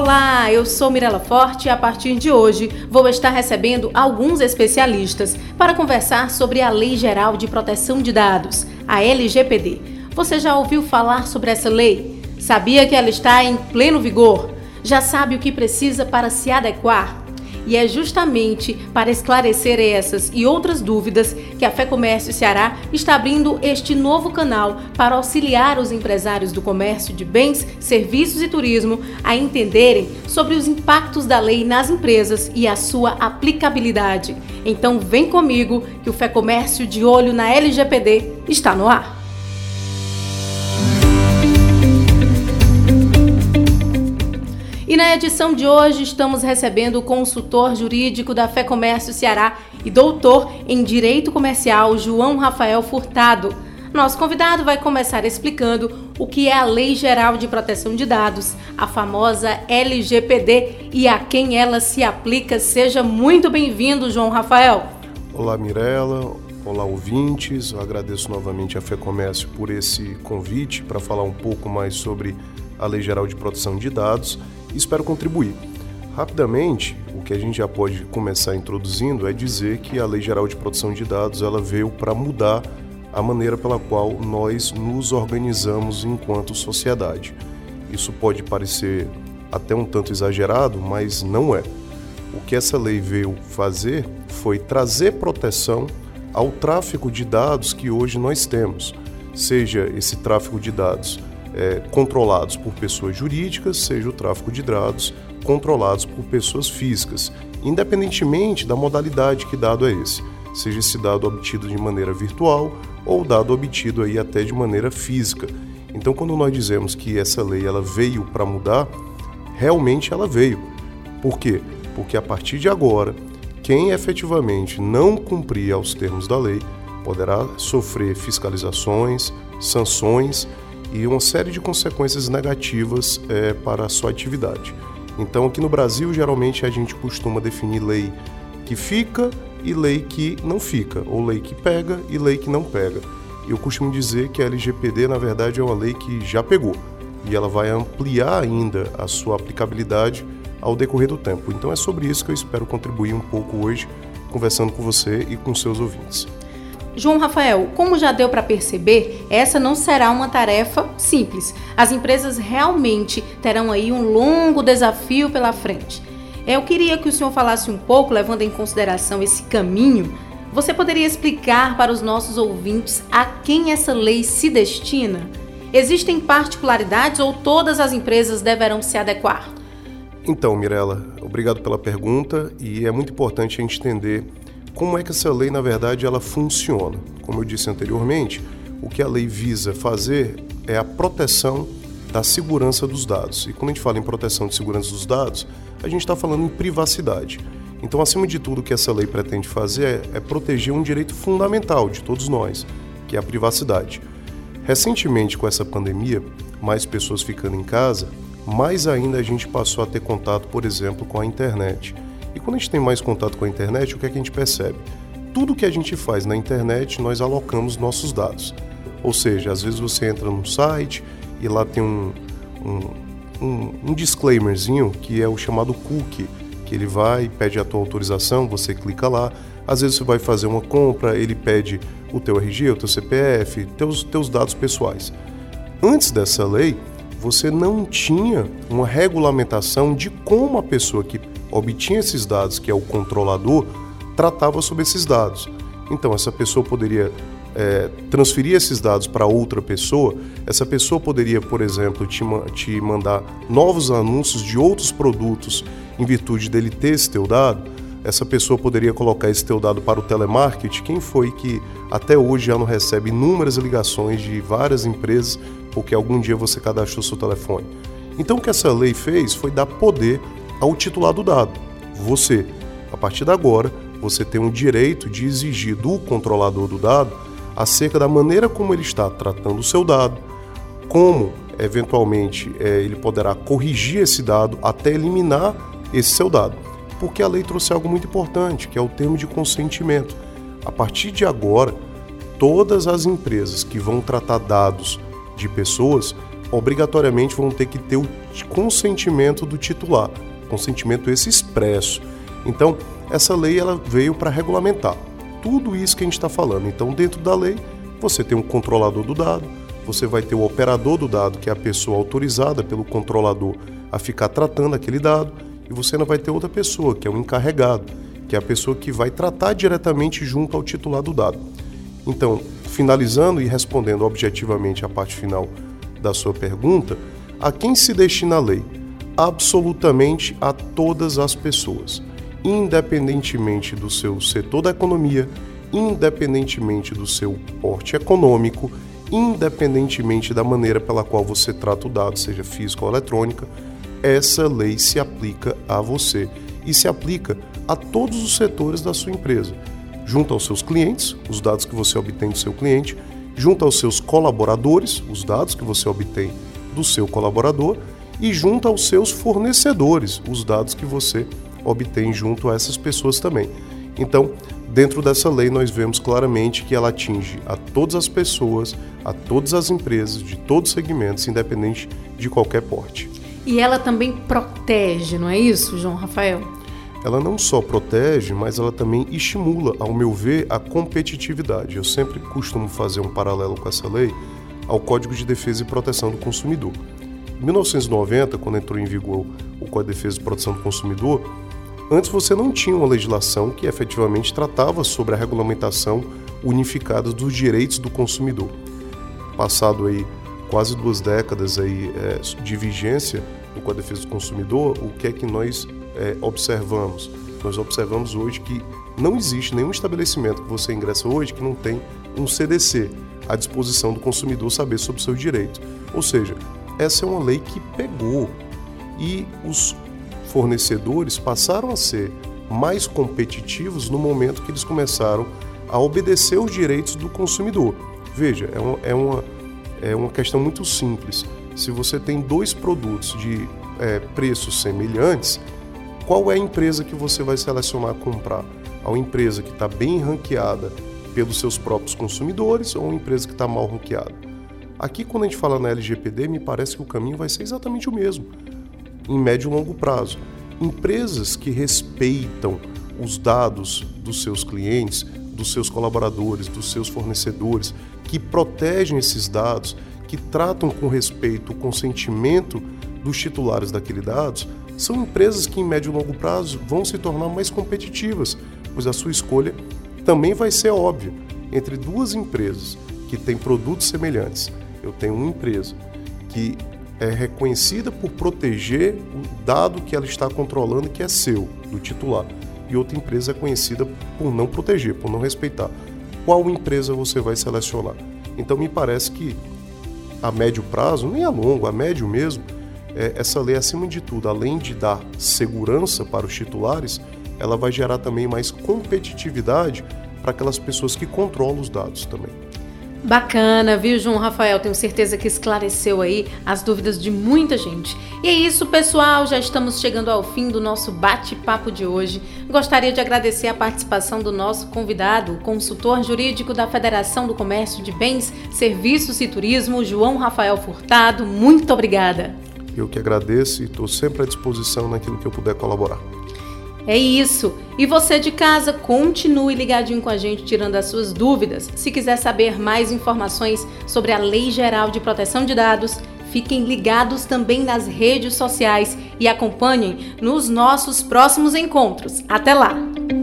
Olá, eu sou Mirela Forte e a partir de hoje vou estar recebendo alguns especialistas para conversar sobre a Lei Geral de Proteção de Dados, a LGPD. Você já ouviu falar sobre essa lei? Sabia que ela está em pleno vigor? Já sabe o que precisa para se adequar? E é justamente para esclarecer essas e outras dúvidas que a FEComércio Ceará está abrindo este novo canal para auxiliar os empresários do comércio de bens, serviços e turismo a entenderem sobre os impactos da lei nas empresas e a sua aplicabilidade. Então vem comigo que o FEComércio de olho na LGPD está no ar. E na edição de hoje estamos recebendo o consultor jurídico da FEComércio Ceará e doutor em Direito Comercial, João Rafael Furtado. Nosso convidado vai começar explicando o que é a Lei Geral de Proteção de Dados, a famosa LGPD, e a quem ela se aplica. Seja muito bem-vindo, João Rafael. Olá, Mirela. Olá, ouvintes. Eu agradeço novamente a FEComércio por esse convite para falar um pouco mais sobre a Lei Geral de Proteção de Dados. Espero contribuir. Rapidamente, o que a gente já pode começar introduzindo é dizer que a Lei Geral de Proteção de Dados ela veio para mudar a maneira pela qual nós nos organizamos enquanto sociedade. Isso pode parecer até um tanto exagerado, mas não é. O que essa lei veio fazer foi trazer proteção ao tráfego de dados que hoje nós temos, seja esse tráfego de dados controlados por pessoas jurídicas, seja o tráfego de dados controlados por pessoas físicas, independentemente da modalidade que dado é esse, seja esse dado obtido de maneira virtual ou dado obtido aí até de maneira física. Então, quando nós dizemos que essa lei ela veio para mudar, realmente ela veio. Por quê? Porque a partir de agora, quem efetivamente não cumprir aos termos da lei poderá sofrer fiscalizações, sanções e uma série de consequências negativas para a sua atividade. Então, aqui no Brasil, geralmente a gente costuma definir lei que fica e lei que não fica, ou lei que pega e lei que não pega. Eu costumo dizer que a LGPD, na verdade, é uma lei que já pegou e ela vai ampliar ainda a sua aplicabilidade ao decorrer do tempo. Então, é sobre isso que eu espero contribuir um pouco hoje, conversando com você e com seus ouvintes. João Rafael, como já deu para perceber, essa não será uma tarefa simples. As empresas realmente terão aí um longo desafio pela frente. Eu queria que o senhor falasse um pouco, levando em consideração esse caminho. Você poderia explicar para os nossos ouvintes a quem essa lei se destina? Existem particularidades ou todas as empresas deverão se adequar? Então, Mirela, obrigado pela pergunta e é muito importante a gente entender como é que essa lei, na verdade, ela funciona. Como eu disse anteriormente, o que a lei visa fazer é a proteção da segurança dos dados. E quando a gente fala em proteção de segurança dos dados, a gente está falando em privacidade. Então, acima de tudo, o que essa lei pretende fazer é proteger um direito fundamental de todos nós, que é a privacidade. Recentemente, com essa pandemia, mais pessoas ficando em casa, mais ainda a gente passou a ter contato, por exemplo, com a internet. E quando a gente tem mais contato com a internet, o que é que a gente percebe? Tudo que a gente faz na internet, nós alocamos nossos dados. Ou seja, às vezes você entra num site e lá tem um disclaimerzinho que é o chamado cookie, que ele vai, pede a tua autorização, você clica lá. Às vezes você vai fazer uma compra, ele pede o teu RG, o teu CPF, teus dados pessoais. Antes dessa lei, você não tinha uma regulamentação de como a pessoa que obtinha esses dados, que é o controlador, tratava sobre esses dados. Então, essa pessoa poderia transferir esses dados para outra pessoa, essa pessoa poderia, por exemplo, te mandar novos anúncios de outros produtos em virtude dele ter esse teu dado, essa pessoa poderia colocar esse teu dado para o telemarketing. Quem foi que até hoje já não recebe inúmeras ligações de várias empresas porque algum dia você cadastrou seu telefone? Então, o que essa lei fez foi dar poder ao titular do dado. Você, a partir de agora, você tem o direito de exigir do controlador do dado acerca da maneira como ele está tratando o seu dado, como, eventualmente, ele poderá corrigir esse dado até eliminar esse seu dado. Porque a lei trouxe algo muito importante, que é o termo de consentimento. A partir de agora, todas as empresas que vão tratar dados de pessoas obrigatoriamente vão ter que ter o consentimento do titular, consentimento esse expresso. Então, essa lei ela veio para regulamentar tudo isso que a gente está falando. Então, dentro da lei, você tem um controlador do dado, você vai ter o operador do dado, que é a pessoa autorizada pelo controlador a ficar tratando aquele dado, e você ainda vai ter outra pessoa, que é o encarregado, que é a pessoa que vai tratar diretamente junto ao titular do dado. Então, finalizando e respondendo objetivamente a parte final da sua pergunta, a quem se destina a lei? Absolutamente a todas as pessoas, independentemente do seu setor da economia, independentemente do seu porte econômico, independentemente da maneira pela qual você trata o dado, seja física ou eletrônica, essa lei se aplica a você e se aplica a todos os setores da sua empresa, junto aos seus clientes, os dados que você obtém do seu cliente, junto aos seus colaboradores, os dados que você obtém do seu colaborador, e junto aos seus fornecedores, os dados que você obtém junto a essas pessoas também. Então, dentro dessa lei, nós vemos claramente que ela atinge a todas as pessoas, a todas as empresas, de todos os segmentos, independente de qualquer porte. E ela também protege, não é isso, João Rafael? Ela não só protege, mas ela também estimula, ao meu ver, a competitividade. Eu sempre costumo fazer um paralelo com essa lei ao Código de Defesa e Proteção do Consumidor. Em 1990, quando entrou em vigor o Código de Defesa e Proteção do Consumidor, antes você não tinha uma legislação que efetivamente tratava sobre a regulamentação unificada dos direitos do consumidor. Passado aí quase 2 décadas aí, de vigência do Código de Defesa do Consumidor, o que é que nós observamos? Nós observamos hoje que não existe nenhum estabelecimento que você ingressa hoje que não tem um CDC à disposição do consumidor saber sobre seus direitos. Ou seja, essa é uma lei que pegou e os fornecedores passaram a ser mais competitivos no momento que eles começaram a obedecer os direitos do consumidor. Veja, é uma questão muito simples. Se você tem 2 produtos de preços semelhantes, qual é a empresa que você vai selecionar comprar? A empresa que está bem ranqueada pelos seus próprios consumidores ou uma empresa que está mal ranqueada? Aqui, quando a gente fala na LGPD, me parece que o caminho vai ser exatamente o mesmo, em médio e longo prazo. Empresas que respeitam os dados dos seus clientes, dos seus colaboradores, dos seus fornecedores, que protegem esses dados, que tratam com respeito o consentimento dos titulares daqueles dados, são empresas que em médio e longo prazo vão se tornar mais competitivas, pois a sua escolha também vai ser óbvia. Entre 2 empresas que têm produtos semelhantes, eu tenho uma empresa que é reconhecida por proteger o dado que ela está controlando, que é seu, do titular, e outra empresa é conhecida por não proteger, por não respeitar. Qual empresa você vai selecionar? Então me parece que a médio prazo, nem a longo, a médio mesmo, essa lei, acima de tudo, além de dar segurança para os titulares, ela vai gerar também mais competitividade para aquelas pessoas que controlam os dados também. Bacana, viu, João Rafael? Tenho certeza que esclareceu aí as dúvidas de muita gente. E é isso, pessoal, já estamos chegando ao fim do nosso bate-papo de hoje. Gostaria de agradecer a participação do nosso convidado, o consultor jurídico da Federação do Comércio de Bens, Serviços e Turismo, João Rafael Furtado. Muito obrigada. Eu que agradeço e estou sempre à disposição naquilo que eu puder colaborar. É isso. E você de casa, continue ligadinho com a gente, tirando as suas dúvidas. Se quiser saber mais informações sobre a Lei Geral de Proteção de Dados, fiquem ligados também nas redes sociais e acompanhem nos nossos próximos encontros. Até lá!